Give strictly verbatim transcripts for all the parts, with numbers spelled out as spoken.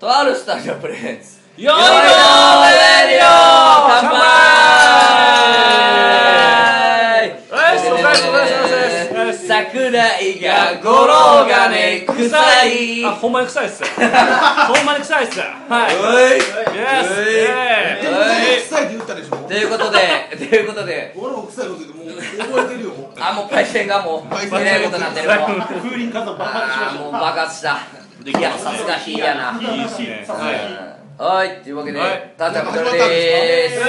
とあるスタジオプレゼンツよいどーレディオ乾杯。桜井がゴロがね臭い。 あ、ほんまに臭いっす。ほんまに臭いっす。はい。イエス。 臭いって言ったでしょ。 ということで、ということで、 俺も臭いこと言ってもう覚えてるよ。 あ、もうパイセンがもういけないことになってるもん。 風林火山爆発しまあー、 した。 もう爆発した。いや、さすが火やな。 いいっすね。はい。 はい、というわけで、たーちゃんこちらでーす。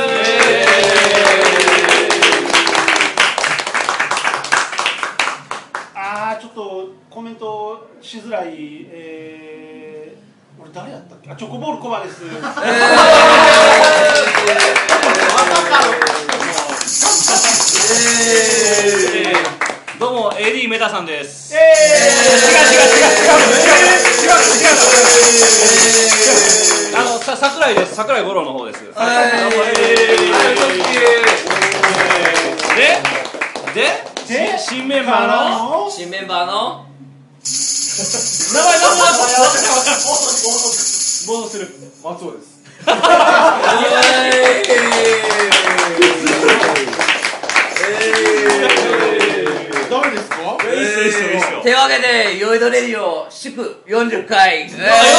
あー、ちょっとコメントしづらい。えー、俺誰やったっけ？あ、チョコボールコバです。えーどうも エーディー メタさんです。 えー、違う違う違う違う違う違う違う違う。 あのさ桜井です。桜井五郎の方です。ででで新メンバーの新メンバーの名前名前暴走する松尾です。誰ですか？ というわけで、酔いどれるよ祝よんじゅっかい。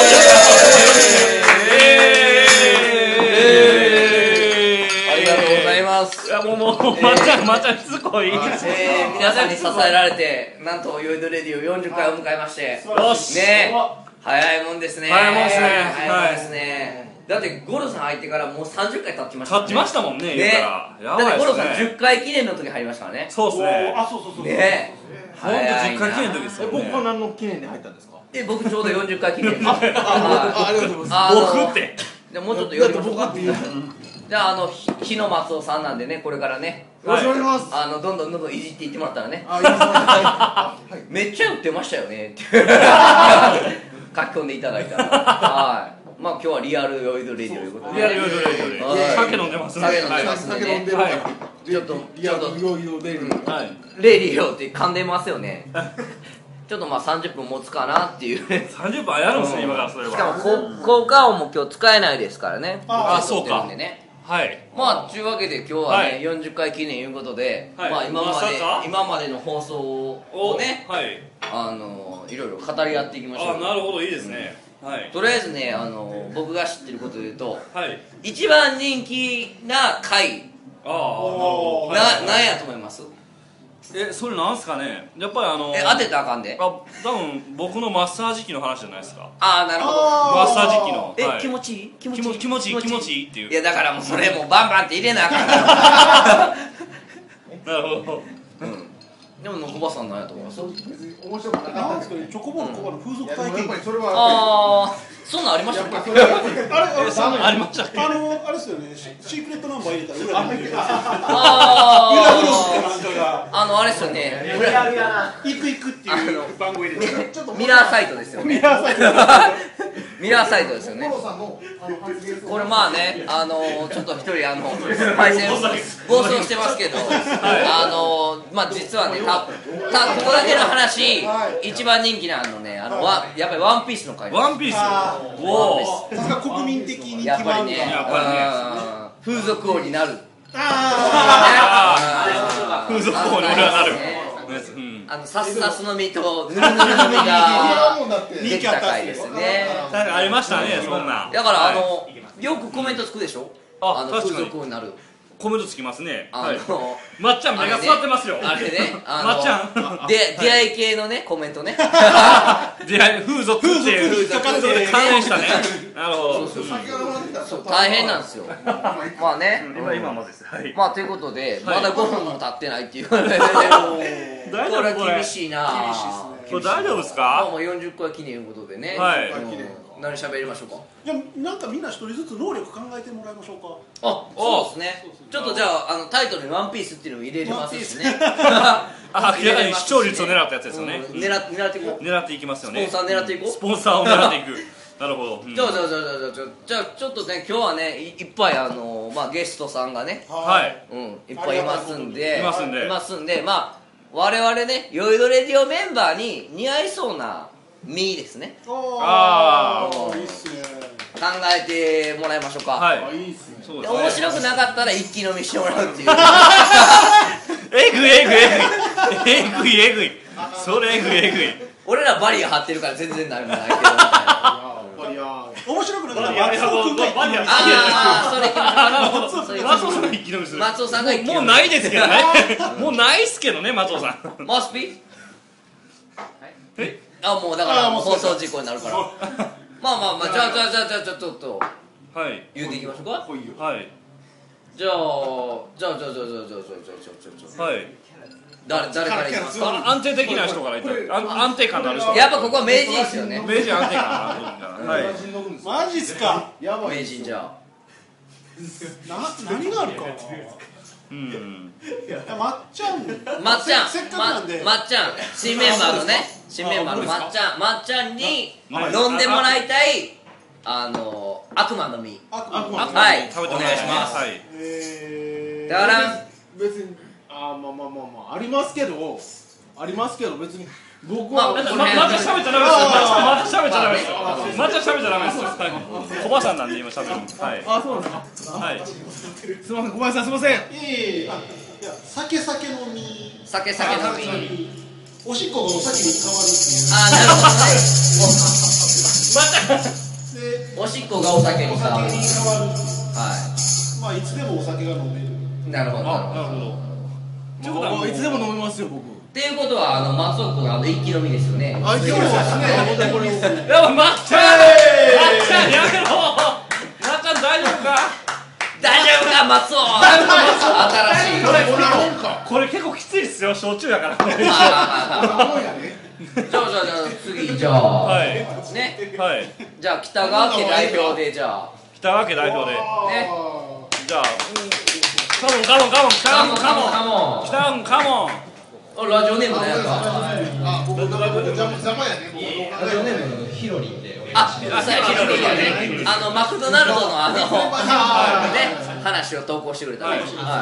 ありがとうございます。 いやもうもうまっちゃんまっちゃんしつこい。 えー、皆さんに支えられて、なんと酔いどれるよよんじゅっかいを迎えまして、 よしね、早いもんですね。 早いもんですね。 早いもんですね。だってゴロさん入ってからもうさんじゅっかい経ってました立ちましたもんね。言うたらやばいだってゴロさんですね。 じゅっかい記念の時入りましたからね。 そうですね。 あ、そうそうそう。 ね、 ほんとじゅっかい記念の時ですよね。 僕は何の記念で入ったんですか？ え、僕ちょうどよんじゅっかい記念です。 あ、ありがとうございます。 僕ってじゃあもうちょっと寄りましょうか。じゃあ、あの日野松尾さんなんでね、これからね、 よろしくお願いします。 あのどんどんどんどんいじっていってもらったらね、 あ、いいですね。はい。 めっちゃ売ってましたよねって書き込んでいただいたら、はい、まあ今日はリアル酔いどレディオということで、 リアル酔いどレディオで酒飲んでますね。 酒飲んでます酒飲んでる。 ちょっとリアル酔いどレディオ。 はい。 レディオって噛んでますよね。ちょっとまあさんじゅっぷん持つかなっていう。 さんじゅっぷんやるんですね今からそれは。 しかも効果音も今日使えないですからね。 あ、そうか。はい。 まあというわけで今日はね、よんじゅっかい記念いうことで、まあ今まで今までの放送をね、あのいろいろ語り合っていきましょう。 あ、なるほど、いいですね。はい。 とりあえずね、あの僕が知ってることで言うと、 はい。 一番人気な回、 ああ、なるほど。 な何やと思います？ え、それなんすかね。やっぱりあのえ、当てたらあかんで。 あ、多分僕のマッサージ機の話じゃないですか。 ああ、なるほど。 マッサージ機の。 え、気持ちいい？ 気持ちいい気持ちいい気持ちいいっていう。 いやだからもうそれもうバンバンって入れなあかん。 なるほど。 うん。でも小葉さん何やと思います？ 面白くなかったんですけど、チョコボールコバの風俗体験。 ああ、そんなんありましたっけ？ あれ、あれ、 そんなんありましたっけ？ あの、あれですよね、シークレットナンバー入れたら裏に入れて。 ああ、あのあれですよね。 行く行くっていう番号入れて。 ミラーサイトですよね。 ミラーサイト。 ミラーサイトですよね。これまあね、あのちょっと一人あの配線暴走してますけど、あのまあ実はね、たたここだけの話、一番人気なのね、あのわやっぱりワンピースの回。 ワンピース。おお。 さすが国民的にやっぱりね、 やっぱりね、 風俗王になる。 ああ。風俗王に俺はなる。 あのサスサスの実とヌルヌルの実ができた回ですね。 ありましたね、そんな。 だからあのよくコメントつくでしょ。 あ、 の風俗王になる。 コメントつきますね。 あのまっちゃん目が座ってますよ。 あれね、 まっちゃん。 で出会い系のねコメントね。 出会い風俗っていう関連したね。なるほど。 そう大変なんですよ。まあね。 今今までです。はい。 まあということでまだごふんも経ってないっていう。これ厳しいな。 これ大丈夫ですか？ もうよんじゅっかい記念ということでね。 はい。 何喋りましょうか。 じゃあなんかみんな一人ずつ能力考えてもらいましょうか。 あ、そうですね。ちょっとじゃああのタイトルにワンピースっていうのも入れれますしね。 あ、明らかに視聴率を狙ったやつですよね。 狙狙っていこう。 狙っていきますよね。 スポンサー狙っていこう。 スポンサーを狙っていく。なるほど。 じゃあじゃあじゃあじゃあじゃあじゃあちょっとね今日はねいっぱいあのまあゲストさんがね、 はい。 うんいっぱいいますんで、 いますんで、 いますんで、まあ我々ね酔いどレディオメンバーに似合いそうなミーですね。 ああ、いいっすね。 えてもらいましょうか。 はい。 いいっすね。 そうですね。 で面白くなかったら一気飲みしてもらうっていう。 えぐいえぐいえぐいえぐいえぐい。それえぐいえぐい。 俺らバリア張ってるから全然何もないけどみたいな。 面白くなかったら松尾君がバリアああ、それ松それ尾さんが一気飲みする。 松尾さんが一気飲みもうないですけどね。もうないっすけどね、松尾さん。 マスピえあ、もうだからあーもう放送事故になるから。まあまあまあ、じゃあじゃあじゃあじゃあじゃあちょっとはい言うていきましょうか。 はいじゃあじゃあじゃあじゃあじゃあじゃあじゃあじゃあじゃあはい。 誰誰からいきますか。 あ安定的な人から言ったらあ安定感のある人。 やっぱここは名人ですよね。 名人安定感のある人。はい。 マジっすか。 名人じゃあ。 な何があるかな。 うん。 いやまっちゃん。 まっちゃん、 せっかくなんで。 まっちゃん、新メンバーのね、新メンバーのまっちゃん、まっちゃんに飲んでもらいたいあの悪魔の実。 あはい、 食べてお願いします。 はい。 えー。 だから別にあーまあまあまあまあありますけどありますけど別に僕はまあまたまた喋っちゃダメですよ。また喋っちゃダメですよ。また喋っちゃダメですよ。はい。小葉さんなんで今喋る。はい。 あそうなんですかはい。 すみません小林さんすみませんいえいえ。あいや酒酒飲み。 酒酒飲み。 おしっこがお酒に変わるっていう。 あ、なるほどね。 また。 でおしっこがお酒にお変わる。 酒に変わる。 はまあいつでもお酒が飲める。 い。なるほど。なるほど。 なるほど。 もういつでも飲めますよ僕っていうことはあの松尾君あの一気飲みですよね。 あ今日はねこれやばまっちゃん。まっちゃんやめろ。まっちゃん大丈夫か。 大丈夫か松尾。新しい。 これこれ結構きついっすよ。焼酎やから。 はいはいはいはい。じゃあじゃあじゃあ次じゃあ。 はいね。 はい。 じゃあ北川家代表でじゃあ。 北川家代表で。 ね。 じゃあ。カモンカモンカモン北カモン川カモンカモン。 北川カモン。 あ、ラジオネーム何やった。 あ僕邪魔やねラジオネームヒロリンでお願いしあ、そうやヒロリンやね。あのマクドナルドのあのね話を投稿してくれたね。はい。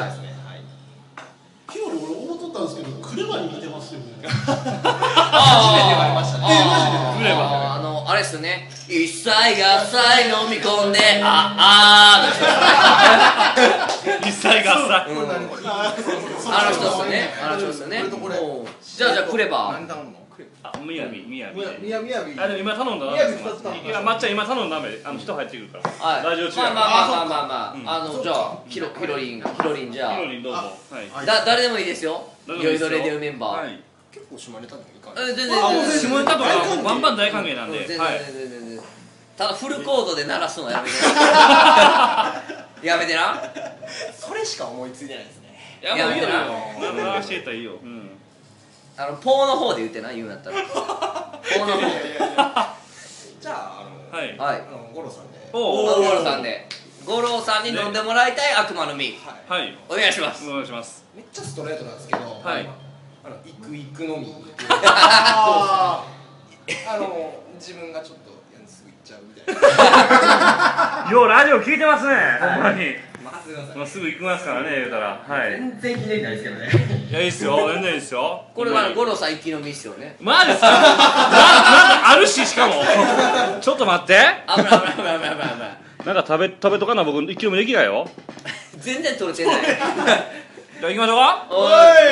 昨日俺思っとったんですけどクレバに似てますよね。 初めて言われましたね。 クレバあのあれですよね。一切合切飲み込んでああ一切合切。 あの人ですよね。あの人ですよね。じゃあじゃあクレバ何頼むのあ、みやびみやび。 みやみやびあでも今頼んだな。 みやび二つ頼むいやまっちゃん今頼んだめあの人入ってくるから。 はい。 ラジオ中まあまあまあまあまあうんまああのじゃあヒロヒロリンヒロリンじゃヒロリンどうぞ。はい。 あだ誰でもいいですよ。 誰でもいいですよ酔いどれでメンバー。 はい。 結構島根たのいかえ全然あ全然下ネタとかもうバンバン大歓迎なんで。 全然はい。 全然全然。ただフルコードで鳴らすのやめてな。やめてな。 それしか思いついてないですね。 いやもういいよ。 やめ流していったらいいよ。うん。 あのポーの方で言ってな言うんだったら。ポーの方。 じゃあ、あの、 はい。 はい。 あの五郎さんで。 おお。 五郎さんで。五郎さんに飲んでもらいたい悪魔の実。 はい。 はい。 お願いします。 お願いします。 めっちゃストレートなんですけど、 はいあの、行く行くのみ。 ああの、自分がちょっと、いやすぐ行っちゃうみたいな。 ようラジオ聞いてますね。ほんまに。 まあ、すみません。 もうすぐ行きますからね言うたら。はい。 全然ひねりないですけどね。 いやいいっすよ。全然いいっすよ。 これは五郎さん一気飲みっすよね。 マジっすか。ななんかあるししかも。ちょっと待って。 危ない危ない危ない危ない危ない。 なんか食べ食べとかな僕一キロもできないよ。 全然取れてない。 じゃあ行きましょうか。 おい。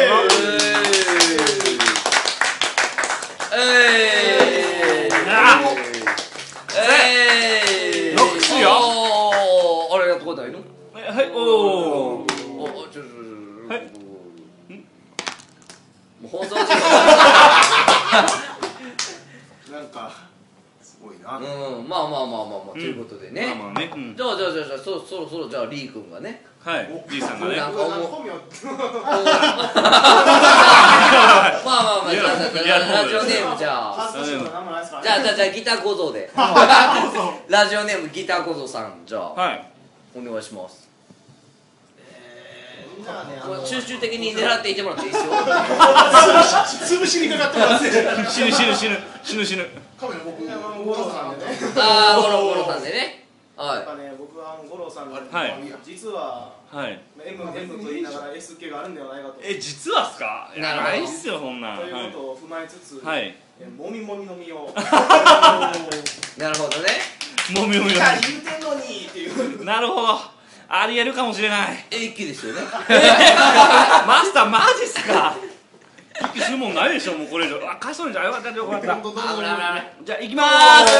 えい。 あえい。 ロックしよおーあれやったことないの？ えはいおお。 おおちょちょちょ。 はいもう放送事なんかすごいな故。うんまあまあまあまあまあということでね。 まあまあね。うんじゃあじゃあじゃあじゃあそそろそろじゃあリー君がね。 はい。じいさんがね。 なんか思う。 本名まあまあまあじゃあじゃあラジオネームじゃあ。 恥ずかしいことなんもないですからじゃあじゃあじゃあギター小僧で。ラジオネームギター小僧さんじゃあはい。 お願いします。 みんなねあのこれ集中的に狙っていってもらっていいですよ。 潰しにかかってますね。 死ぬ死ぬ死ぬ死ぬ死ぬ。 カメラ僕五郎さんでねああゴロゴロさんでね。はなんかね、僕はあの五郎さんが、 はい実ははい。 M, M と言いながら S 系があるんではないかとえ実はっすか。いやなるほどないっすよそんなん。 とはいいうことを踏まえつつ、 はい。 えもみもみの実をい。なるほどね。 もみもみの。 じゃあ言うてんのになるほど、ありえるかもしれない。 え一気ですよね。 マスターマジっすか。一気するもんないでしょ、もうこれ以上。あ、かそうにじゃよかったよかった。じゃあ行きまーす。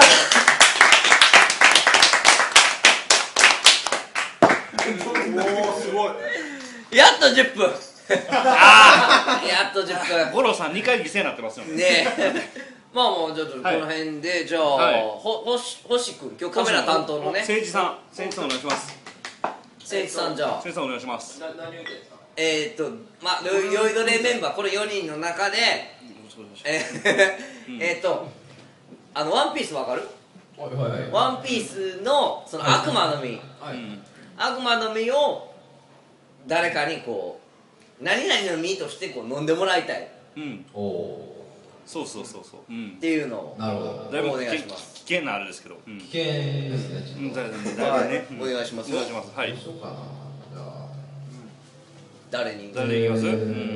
おおすごい。 やっとじゅっぷん。ああ、やっとじゅっぷん。 五郎さんにかい犠牲になってますよね。 ねえ。まあもうちょっとこの辺で、じゃあ、ほ星星くん今日カメラ担当のね。 誠治さん、誠治さんお願いします。 誠治さんじゃあ。 誠治さんお願いします。 な何を言ってんですか。 えーっとまあ酔いどれメンバーこれよにんの中で、えーえーっとあのワンピースわかる？ワンピースのその悪魔の実、悪魔の実を誰かにこう何々の実としてこう飲んでもらいたい。 うん。おお。そうそうそうそう。うん。 っていうのをなるほど。 だいぶお願いします。 危険なあれですけど。 危険ですね。 うん。だいぶね。 お願いします。 お願いします。はい。 どうしようかな。じゃあ誰に？ 誰でいきます？うん。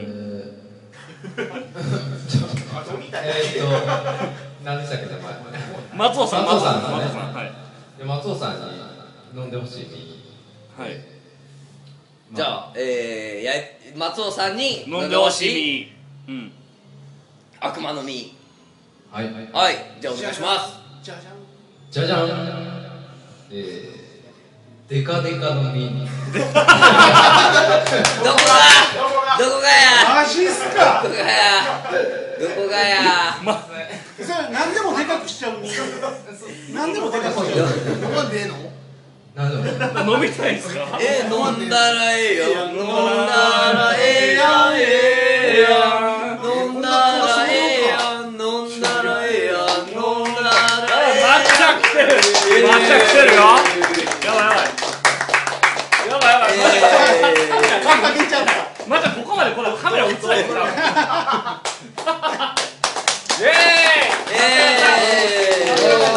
えっと何でしたっけ名前？ 松尾さん。 松尾さん。 松尾さん。はい。 で松尾さんに飲んでほしい。 はい。 じゃあ、えー、や松尾さんに飲んでほしい。うん。 悪魔の実。 はい。 はい。じゃあお願いします。 じゃじゃん。 じゃじゃん。えー、デカデカの実。 どこだ？どこがや？ マジっすか。 どこがや？どこがや？ それ何でもでかくしちゃうに。何でもでかくしちゃう。 飲まんでええの？ なんでも飲みたいですか？ え飲んだらええよ、飲んだらええやん、ええやん、飲んだらええやん、飲んだらええやん、飲んだらええやん。 抹茶来てる。抹茶来てるよ。やばいやばい。やばいやばい。 かけちゃった。 またここまでこのカメラ映らないから。イエーイ。 えー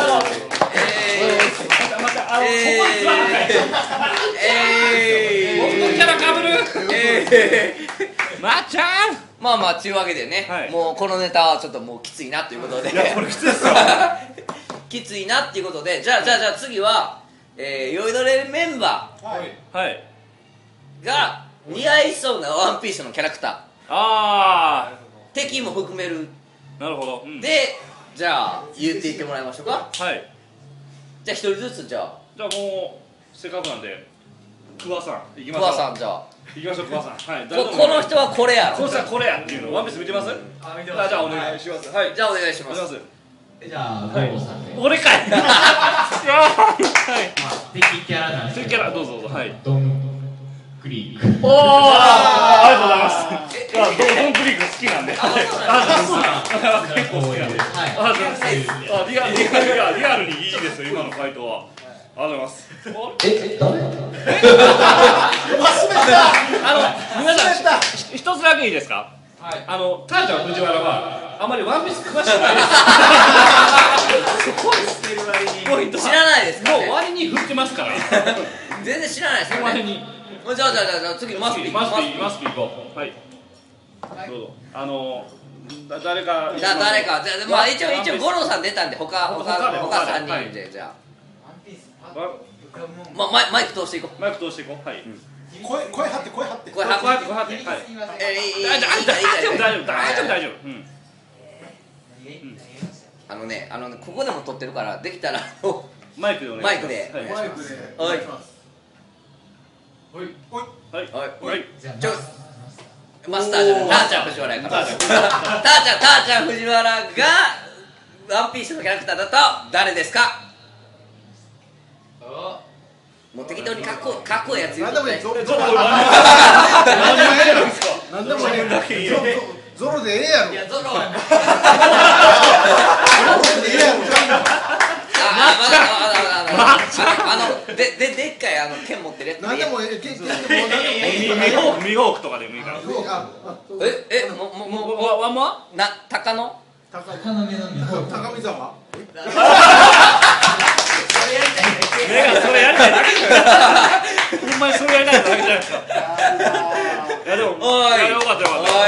あの、そこに座らない。 えー、 僕のキャラかぶる。 えー、まっちゃん。 まあまあというわけでね、はい、もうこのネタはちょっともうきついなということで、 いやこれきついですよ。 きついなっていうことで、じゃあじゃあじゃあ次は、えー、酔いどれメンバーが似合いそうなワンピースのキャラクター、 ああ敵も含める。 なるほど、うん、 でじゃあ言っていってもらいましょうか。 はい。 じゃあ一人ずつじゃあじゃあもうせっかくなんで桑さんいきましょう。 桑さんじゃあいきましょう。桑さん、はい、 こ, この人はこれやろ、 この人はこれやっていうのワンピース見てます？ あ、見てます。 じゃあお願いします。はい、 じゃあお願いします。 じゃあゴーさんで俺かい。はい、 敵キャラなんです敵キャラどうぞどうぞ。はい、 ドンクリーク。 おおありがとうございます。ドンクリーク好きなんで、あ結構好きなんで、あリアルリアルにいいですよ今の回答は。ありがとうございます。 え、誰？ あの皆さん一つだけいいですか？はい。あのターちゃん藤原はあまりワンピース詳しくないです。すごいステル割にポイント知らないですかね。 もう割に振ってますから。 全然知らないですよね。 割に。 じゃあじゃあじゃあ次マスピーマスピーマスピー行こう。はい。どうぞ。あの誰か。 じゃあ誰かじゃあまあ一応一応五郎さん出たんで他他他三人でじゃあ。まマイマイク通していこう。 マイク通していこう。はい。 声声張って声張って声張って声張って。はい。 えいい大丈夫大丈夫大丈夫大丈夫大丈夫。うん。 あのねあのここでも撮ってるからできたらマイクでお願いします。 マイクでマイクでお願いします。 はい。はいはい。 ちょマスターじゃないターちゃん藤原やからターちゃんターちゃんターちゃん藤原がワンピースのキャラクターだと誰ですか？もう適当にかっこかっこいいやつ言うとね。 ゾロゾロなんでもええだけいいよ。ゾロでええやろ。 いやゾロはゾロでええやろ。 あのでででっかいあの剣持ってるやつ。 なんでもええ剣剣でもなんでもミホークとかでもいいから。 ええもももワンモア？ な鷹の高野目のミホーク。 高見沢。 目がそれやりたいだけじゃないほんまにそれやりたいだけじゃないですか。いやでもよかったよかった。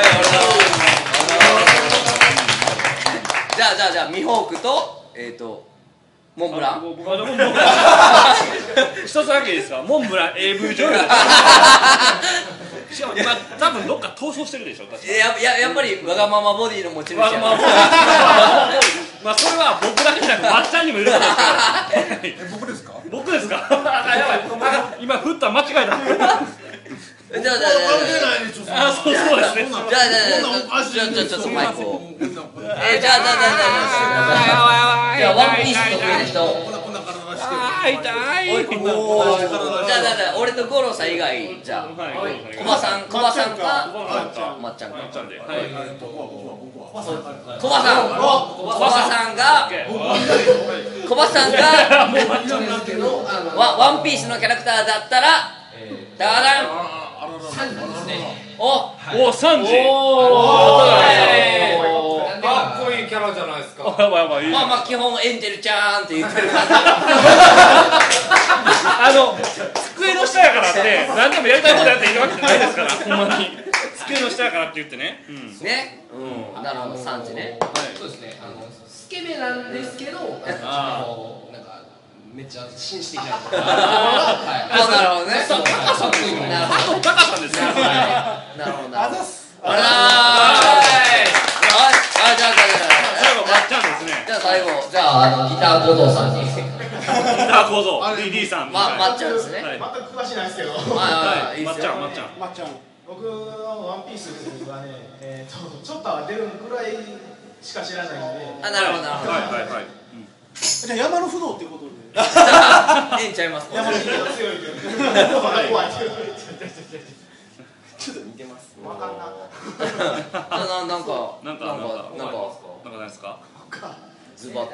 じゃあじゃあじゃあミホークとえっとモンブラン。 モンブラン。 一つだけいいですか、モンブラン エーブイ 女優だしかも今多分どっか逃走してるでしょ確かやややっぱりわがままボディの持ち主やまあまあまあそれは僕だけじゃなくまっちゃんにもいることですからえ僕ですか？ 僕ですか？あやばいあ今振った間違えたじゃあじゃあじゃ関係ないでしょ。 あそうそうですねあじゃあじゃあじゃあこんなんおかしいじゃあじゃあちょっとマイクをこんなんこんなんえーじゃあじゃあじゃあじゃあじゃあじゃあワンピース得意な人こんなこんな体してる。 あー痛いおーじゃあじゃあじゃあ俺と五郎さん以外じゃあはいコバさんコバさんかまっちゃんまっちゃんかまっちゃんではいコバさんコバさんがコバさんがワワンピースのキャラクターだったらダダンおおさんじかっこいいキャラじゃないですか。 やばいやばいまあまあ基本エンジェルちゃーんって言ってる感あの机の下やからって何でもやりたいことやっているわけじゃないですからほんまに机の下やからって言ってねうんじねうんなるほどさんじねそうですね。あのスケベなんですけど、あのなんかめっちゃ紳士的な。 あなるほどねそうかっこいいの。 なるほど高さんですよなるほどなるほどあらーあじゃあじゃあじゃあ最後まっちゃんですねじゃあ最後じゃああのギター小僧さんにギター構造 ディーディー さんままっちゃんですねはい全く詳しいないですけどはいはいいいまっっすよちゃんまっちゃんまっちゃん僕のワンピースはね、えー、とちょっとは出るぐらいしか知らないんであなるほどなるほどはいはいはいじゃあ山の不動っていうことでええんちゃいますか山の人が強いけどまだ怖いちょっと似てますわかんなななんかなんかなんかなんかなんかなんかないですかズバッと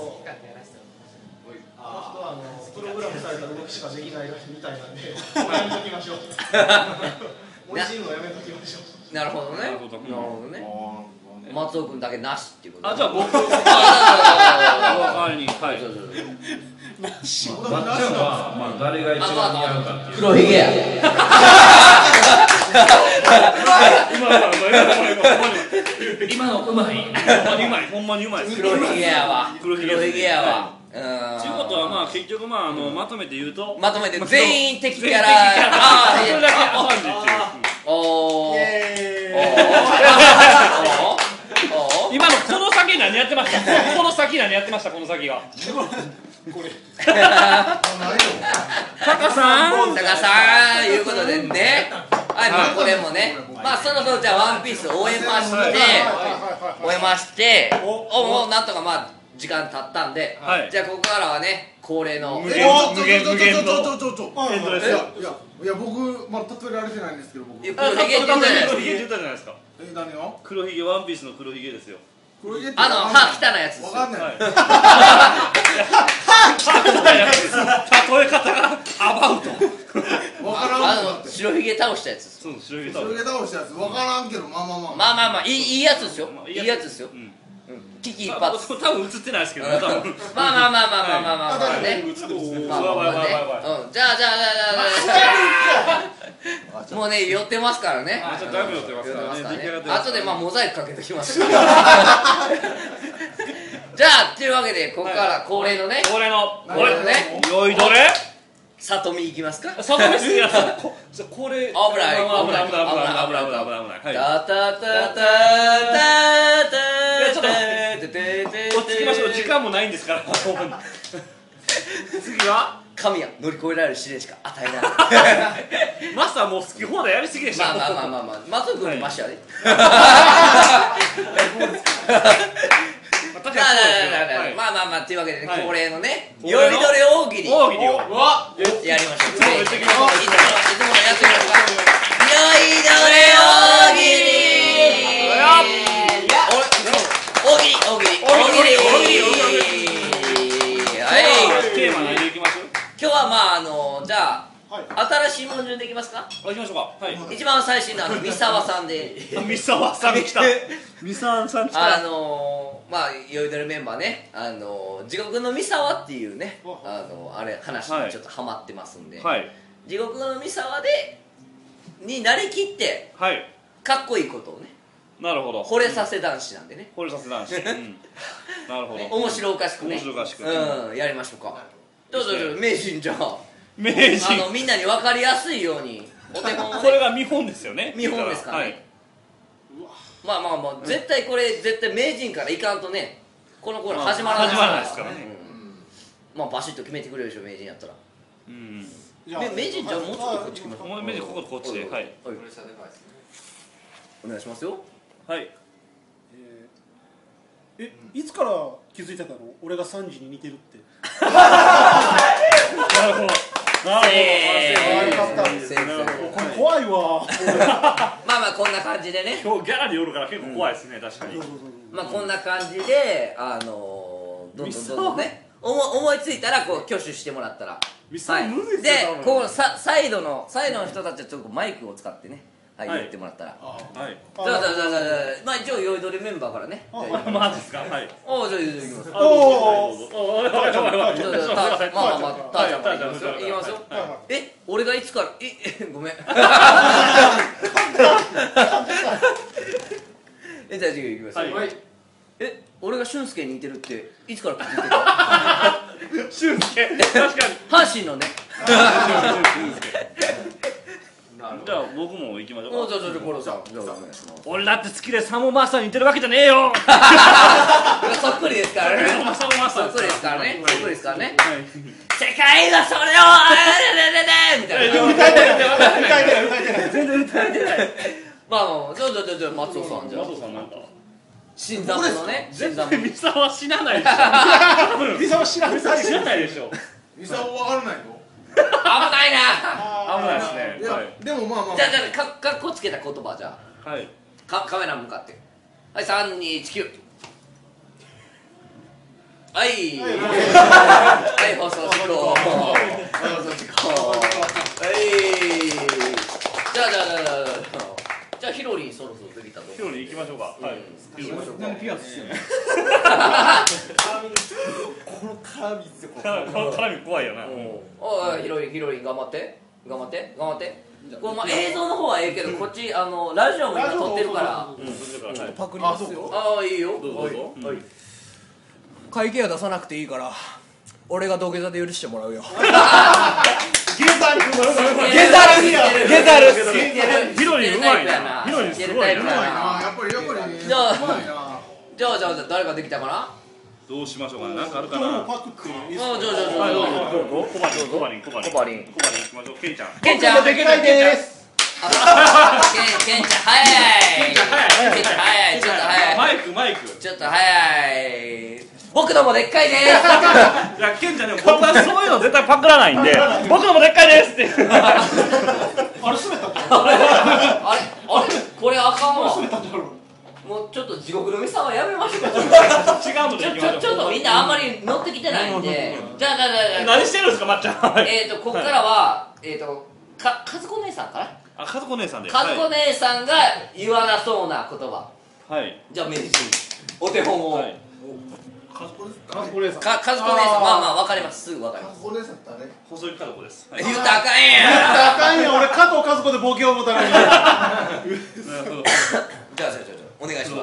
あの人はあのプログラムされた動きしかできないみたいなんでもうやめときましょうもういじるのやめときましょうなるほどねなるほどなるほどね松尾君だけなしっていうことあじゃあ僕あ代わりにはいそうそうそうまっちゃんは、まあ、誰が一番似合うかっていう。 黒ひげや今のうまいほんまにうまいほんまにうまい黒ひげやわ黒ひげ黒ひげやわうんということはまあ結局まああのまとめて言うとまとめて全員敵キャラ全員敵キャラあーそれだけあさんじっていうおーおー今のこの先何やってましたこの先何やってましたこの先がタカさんタカさんいうことでねはいもうこれもねまあそろそろじゃあワンピース終えまして終えましておもうなんとかまあ時間経ったんではいじゃあここからはね恒例の無限無限無限のちょちょちょちょちょエンドレスいやいやいや僕まだ例えられてないんですけど僕いやえ黒ひげって言ったじゃないですか黒ひげって言ったじゃないですか何を黒ひげワンピースの黒ひげですよ黒ひげってあの歯汚いやつですよわかんないはい例え方がアバウトわからんあの白ひげ倒したやつですそう白ひげ倒黒ひげ倒したやつわからんけどまあまあまあまあまあまあいいいいやつですよまあいいやつですようん危機一多発分多分映ってないですけどね多分まあまあまあまあまあまあまあまあね映ってる映ってるまあまあまあねうんじゃあじゃあじゃあじゃあじゃあもうね寄ってますからねちょっとだいぶ寄ってますからね寄ってます出来上がってからね後でまあモザイクかけときますじゃあというわけでここから恒例のねこれのこれのねよいどれ里見いきますかサトメスいやここれ危ない危ない危ない危ない危ない危ない危ないはいタタタタタタちょっと落ち着きましょう時間もないんですから次は神は乗り越えられる試練しか与えないマスターもう好き放題やりすぎでしょまあまあまあまあまあ松尾君にましてはね確かにそうですねはいまあまあまあというわけでねはい恒例のね恒例のよりどれ大喜利大喜利をやりましょういつもの言ってきましょういつものいつものやってみますかよいどれ大喜利大喜利大喜利大喜利はいテーマ何でいきましょう今日はまああのじゃあはい新しいもの順でいきますか行きましょうかはい一番最新のあの三沢さんで三沢さん来た三沢さん来あたのー、まあよいどれメンバーねあのー、地獄の三沢っていうねあのあれ話にちょっとハマってますんで、 はい地獄の三沢でになりきってはいかっこいいことをねなるほど惚れさせ男子なんでね、 惚れさせ男子うんなるほど面白おかしくね面白おかしくうんやりましょうかどうぞどうぞ名人じゃあ名人あのみんなに分かりやすいようにお手本をね。 これが見本ですよね。 見本ですからね、 はい、 まあまあまあ絶対これ絶対名人からいかんとねこのコーナー始まらない始まらないですからね、 うん、まあバシッと決めてくれるでしょ名人やったら。 うん、 名人じゃあもうちょっとこっち来ましょう。 名人こことこっちで、はい、 お願いしますよ。 はい。 え、いつから気づいてたの？俺がサンジに似てるって。 なるほど。なるほど。 これ怖いわ。 まあまあこんな感じでね。 今日ギャラで寄るから結構怖いですね、確かに。 まあこんな感じであのどんどんどんどんね思思いついたらこう挙手してもらったら。はい。でこうさサイドのサイドの人たちはちょっとマイクを使ってね。はい、言ってもらったら。はい。じゃあじゃあじゃあじゃあまあ一応酔いどれメンバーからね。 マジですか。はい。 おおじゃあ行きます。 おお。おお。 まあまあまあターちゃんからいきますよ。いきますよ。え、俺がいつからえごめん。えじゃあ次行きますよ。え、俺が俊介に似てるっていつから聞いてた？ 俊介。確かに。 阪神のね。 じゃあ僕も行きましょうか。 じゃあじゃあコロさん。じゃあお願いします。 俺だって好きでサモマスターに似てるわけじゃねえよ。 そっくりですからね。 サモマスター。 そっくりですからね。そっくりですからね。世界はそれをあれれれれみたいな。 歌えてない歌えてない歌えてない全然歌えてない。まあじゃあじゃあじゃあ松尾さんじゃあ。 松尾さんなんか。 新参者のね。 全然ミサは死なないでしょ。 ミサは知らない。 知らないでしょ。 ミサは分からないの？ 危ないな。 危ないですね。はい。 でもまあまあ。 じゃあじゃあかかっこつけた言葉じゃあ。はい。 かカメラ向かって。はい三二一九。はい。はい放送事故。放送事故。はい。じゃあじゃあじゃあじゃあじゃあヒロリンそろそろできたと。 ヒロリン行きましょうか。はい。 行きましょうか。何ピアスしてんの？この絡みってこの絡み怖いよな。 おいヒロリンヒロリン頑張って頑張って頑張って。これまあ映像の方はええけどこっちあのラジオも今撮ってるから。 ちょっとパクりますよ。 ああいいよ。 どうぞどうぞ。はい。 会計は出さなくていいから俺が土下座で許してもらうよ。 ゲザルゲザルゲザルヒロリンうまいな。ヒロリンすごいな。 やっぱりやっぱり。 じゃあじゃあじゃあ誰かできたかな。 どうしましょうかね。なんかあるかな。 パクっていいあじゃあじゃあじゃあどうぞ。 コバリンコバリンコバリンコバリンコバリン行きましょう。ケンちゃん。 ケンちゃんできないです。 ケンケンちゃん早い。ケンちゃん早い。ケンちゃん早い。ちょっと早い。 マイクマイク。 ちょっと早い。僕のもでっかいです。 いやケンちゃんでも僕はそういうの絶対パクらないんで僕のもでっかいですって。 あれ滑ったんじゃん。 あれあれこれあかんわ。 滑ったんじゃん。 もうちょっと地獄のミサはやめましょう。 違うのでちょちょちょっとみんなあんまり乗ってきてないんで。じゃあじゃあじゃあ何してるんですかまっちゃん。 えっとここからはえっとか和子姉さんかな。 あ和子姉さんで。 和子姉さんが言わなそうな言葉。 はい。 じゃあ名人お手本を。 カズコですカズコ姉さん。 か和子姉さんまあまあわかりますすぐわかります。 カズコ姉さんって誰？ 細い和子です。 言うたらあかんやん。 あかんやん俺加藤和子でボケを思ったのに。 じゃあじゃあじゃあお願いします。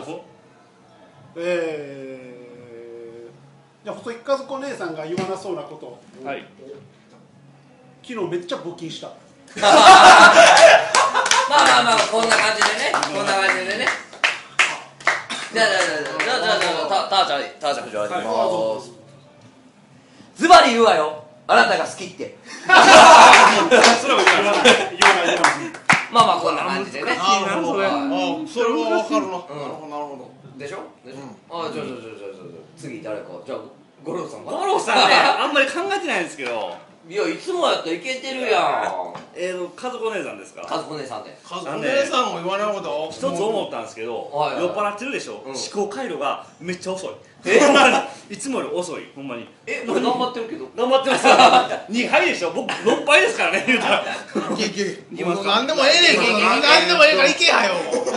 えー、じゃあ細い和子姉さんが言わなそうなこと。 はい。 昨日めっちゃ募金した。 まあまあまあこんな感じでねこんな感じでね。じゃあじゃあじゃあじゃあじゃあたたーちゃんたーちゃんじゃあやります。ズバリ言うわよあなたが好きって。 それは言わない言わない言わない。 まあまあこんな感じでね。 なるほど。あそれはわかるな。なるほどなるほど。 でしょでしょ。あじゃあじゃあじゃあじゃあ次誰かじゃあ五郎さん。 五郎さんねあんまり考えてないんですけど。 いやいつもやったらいけてるやん。 えーと和子姉さんですか。 和子姉さんで。 カズコ姉さんも言わないこと。 一つ思ったんですけど酔っ払ってるでしょ。思考回路がめっちゃ遅い。 えいつもより遅いほんまに。 え俺頑張ってるけど。 頑張ってますにはいでしょ。僕ろっぱいですからね言うたら。 いけいけ。何でもええねんけど何でもええからいけやよ。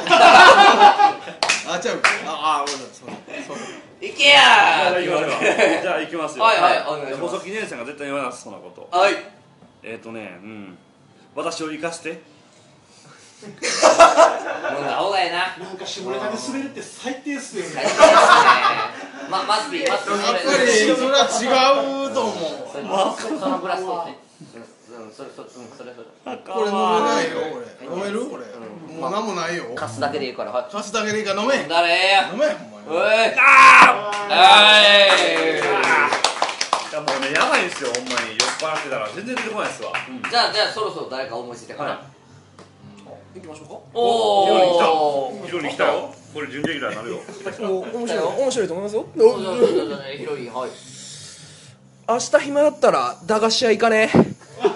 あちゃうか。ああそうそう。 いけやー。 じゃあ行きますよ。 はいはいお願いします。 細木姉さんが絶対言わなそうなこと。 はい。 えっとねうん私を生かして。 飲んだ方がええな。 なんか下ネタで滑るって最低っすよね。 最低ですね。 まマスピーマスピーやっぱりそれは違うと思う。 そのグラス取ってうんそれそれうんそれそれこれ飲めないよ俺。飲めるこれ。もうなんもないよ。 カスだけでいいからはいカスだけでいいから飲め。 誰や飲め。 おいあーはいいやもうねやばいんですよほんまに酔っ払ってたら全然出てこないですわ。 じゃあじゃあそろそろ誰か思いついたかな行きましょうか。 おおヒロに来たよ。これ準レギュラーになるよ。 もう面白い面白いと思いますよ。 どうぞどうぞどうぞヒロインはい明日暇だったら駄菓子屋行かね。 ちょっ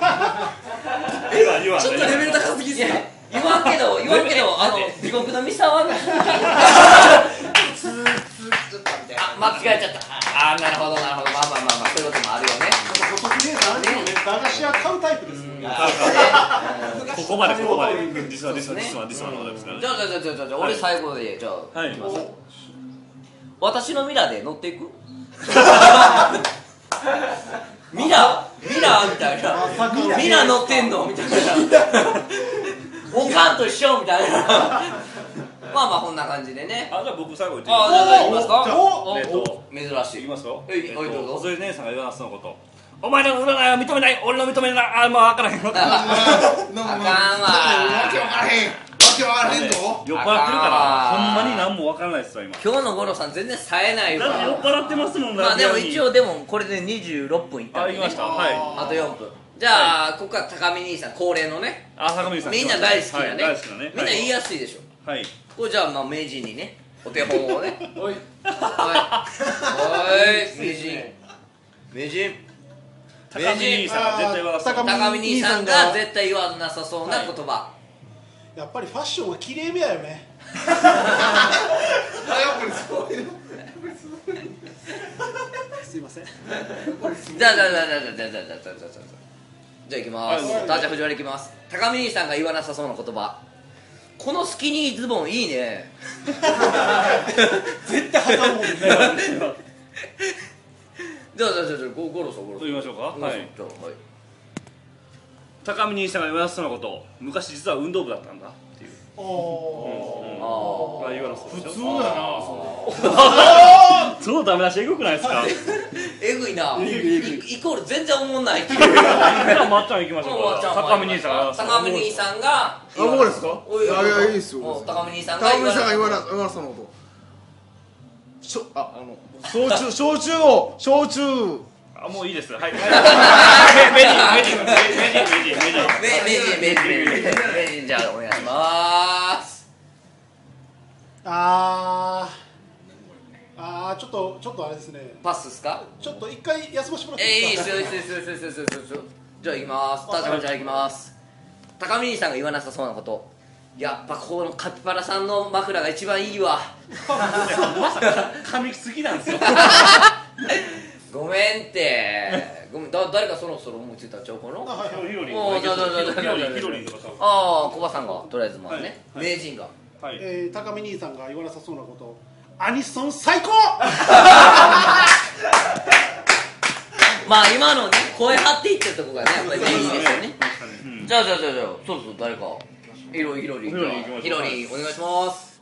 ちょっとレベル高すぎっすね。 言わんけど言わんけどあの地獄のミサワがあ間違えちゃったあーなるほどなるほどまあまあまあまあそういうこともあるよね補足で何でもね駄菓子屋買うタイプですよね。 ここまでここまで実は実は実は実はのことですからね。 じゃあじゃあじゃあじゃあじゃあ俺最後でじゃあはい私のミラーで乗っていくミラーミラーみたいなミラー乗ってんのみたいなおかんと一緒みたいなまあまあこんな感じでねあじゃあ僕最後言ってあじゃあじゃあ行きますかえっと珍しいいきますよ。 はいはいどうぞ細井姉さんが言わなそうなこと。お前の占いは認めない。俺の認めない。あもう分からへん。分からへん。 あかんわわけわからへん。わけわからへんぞ。 酔っ払ってるからほんまに何も分からないですわ今。 今日の五郎さん全然冴えないだって酔っわ払ってますもん。 まあでも一応応でもこれでにじゅうろっぷんいったんでねあ行きました。はい。 あとよんぷんじゃあここから高見兄さん恒例のねあ坂上さんみんな大好きなね大好きなね。 みんな言いやすいでしょはい。 これじゃあまあ名人にねお手本をねおい。 はいはい名人名人高見兄さんが絶対言わなそう。 高見高見兄さんが絶対言わなさそうな言葉やっぱりファッションは綺麗めやよね。すいません。 じゃあじゃあじゃあじゃあじゃあじゃあじゃあじゃあじゃあいきますはいじゃあ藤原いきます高見兄さんが言わなさそうな言葉このスキニーズボンいいね絶対はかんもんね。 じゃあじゃあじゃあじゃあゴゴロさんゴロさん言いましょうか。はい。 じゃあはい高見兄さんが言わなそうなこと。昔実は運動部だったんだっていう。 おああ言わなそうでしょ。 普通だな。 そのダメ出しエグくないですか。 えぐいなイイコール全然おもんないっていうじゃあまっちゃん行きましょうか。高見兄さんが。 高見兄さんがあ僕ですか。 おいいやいやいいですよ。 もう高見兄さんが高見さんが言わな言わなそうなこと。しょああの焼酎焼酎を焼酎。 あもういいです。はい。メジンメジンメジンメジンメジンメジン。 メメジンメジンメジンメジンじゃあお願いしますあーあーちょっとちょっとあれですね。 パスですかちょっと一回休ませてもらってえー、いいいいですか。 っすよいいっすよいいっすよいいっすよいいっすよいいっすよじゃあ行きますタジャじゃあ行きます高見兄さんが言わなさそうなことやっぱこのカピバラさんの枕が一番いいわ噛みすぎなんですよ。 ごめんってごめんだ誰かそろそろ思いついたんちゃうかなあはいはい。 ヒロリン。 おーだだだだだヒロリンヒロリンとかさ。 ああコバさんがとりあえずまあね、 はい名人がはい。 えー、高見兄さんが言わなさそうなこと。アニソン最高。 まあ今のね声張っていってるとこがねやっぱりねいいですよねうんじゃあじゃあじゃあじゃあそろそろ誰かヒロリンヒロリンヒロリン行きましょうヒロリンお願いします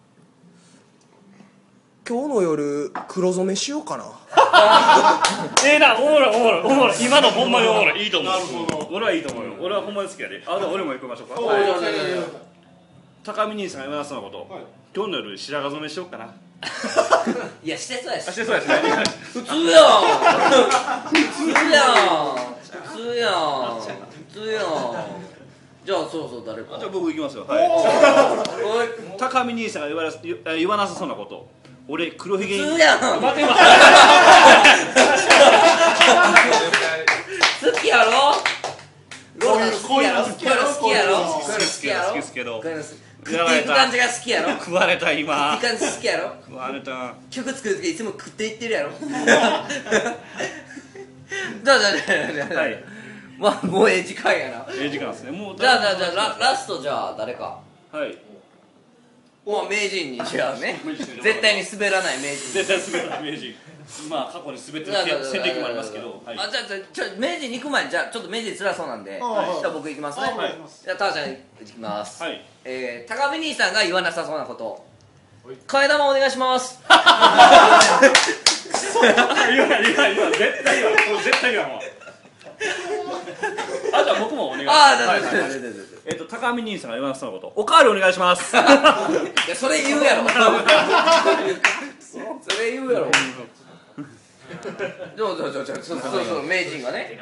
今日の夜黒染めしようかな。 ええな、おもろいおもろいおもろい。今のほんまにおもろい。いいと思う。俺はいいと思うよ。俺はほんまに好きやで。あ、じゃあ俺も行きましょうか。 おーじゃあじゃあじゃあ高見兄さんが言わなそうなこと。 はい今日の夜白髪染めしようかな。あ、 いやしてそうやししてそうやしね。 普通やん普通やん普通やん普通やんじゃあそろそろ誰かじゃあ僕行きますよ。はい。 おい高見兄さんが言わな言言わなさそうなこと。俺黒ひげに。 普通やん待て待好きやろローラ好きやろこういうの好きやろ好きやろこういうの好きやろ好きですけどこういうの好き食っていく感じが好きやろ食われたいい今。 感じ好きやろ食われた。 曲作る時いつも食っていってるやろじゃあじゃあじゃあじゃあじゃあはい。 まあもうええ時間やなええ時間ですね。もう。 じゃあじゃあじゃあララストじゃあ誰かはい。 もう名人にじゃあね絶対に滑らない名人絶対滑らない名人。まあ過去に滑ってる戦歴もありますけど。はい。 あじゃあじゃあちょ名人に行く前にじゃあちょっと名人辛そうなんで、 はいじゃあ僕行きますね、 はいじゃあターちゃん行きます、 はい。 えー、高見兄さんが言わなさそうなこと替え玉お願いします言わない言わない言わない絶対言わないこれ絶対言わんわあ、じゃあ僕もお願いします。 ああ、大丈夫大丈夫大丈えっと高見兄さんが言わなそうなこと、おかわりお願いします。 夫。いや、それ言うやろ。それ言うやろ。じゃあじゃあじゃあじゃあそうそうそう名人がね。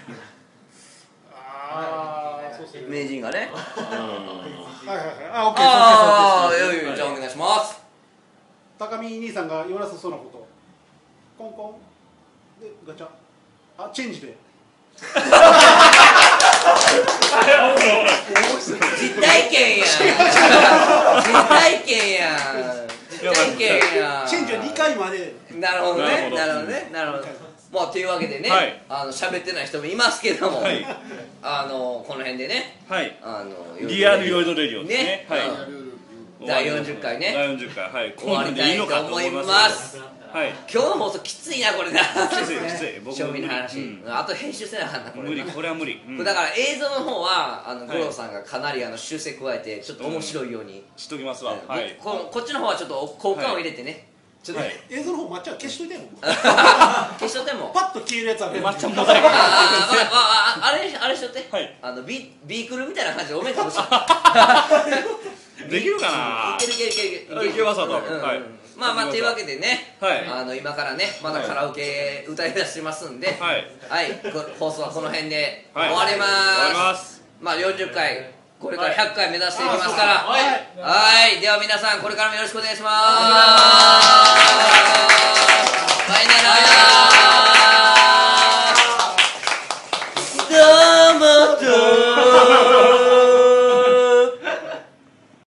ああ、そうですね。 名人がね。 はいはいはい。あ、オッケー。 ああ、いやいや、じゃあお願いします。 高見兄さんが言わなさそうなこと。コンコンでガチャ。あ、チェンジで。 実体験やん。実体験やん。実体験やん。 チェンジはにかいまで。 なるほどね。ななるほどるほどね。なるほど。まあというわけでね、 はい、 あの喋ってない人もいますけども、 はい、 あのこの辺でね、 はい、 あのリアルヨイドレディオですね。はい。 だいよんじゅっかいね。 だいよんじゅっかい、はい。 終わりたいと思います。はい。今日の放送きついなこれな。 きついきつい。僕庶民の話。あと編集せなあかんなこれ。 無理、これは無理。 だから映像の方はあの五郎さんがかなりあの修正加えてちょっと面白いようにしときますわ。はい。 ここっちの方はちょっと効果を入れてね。ちょっと映像の方抹茶消しといても。 消しとっても。 パッと消えるやつある。 抹茶モザイク。 ああれあれしとって。あのビビークルみたいな感じでお面かぶして。 できるかな。 いけるいけるいけるいける。 いけますわと。はい。 まあまあというわけでね、 はい、 あの今からねまだカラオケ歌い出しますんで、はい、はい、放送はこの辺で終わります。終わります。まあよんじゅっかいこれからひゃっかい目指していきますから、はい、はい、では皆さんこれからもよろしくお願いします。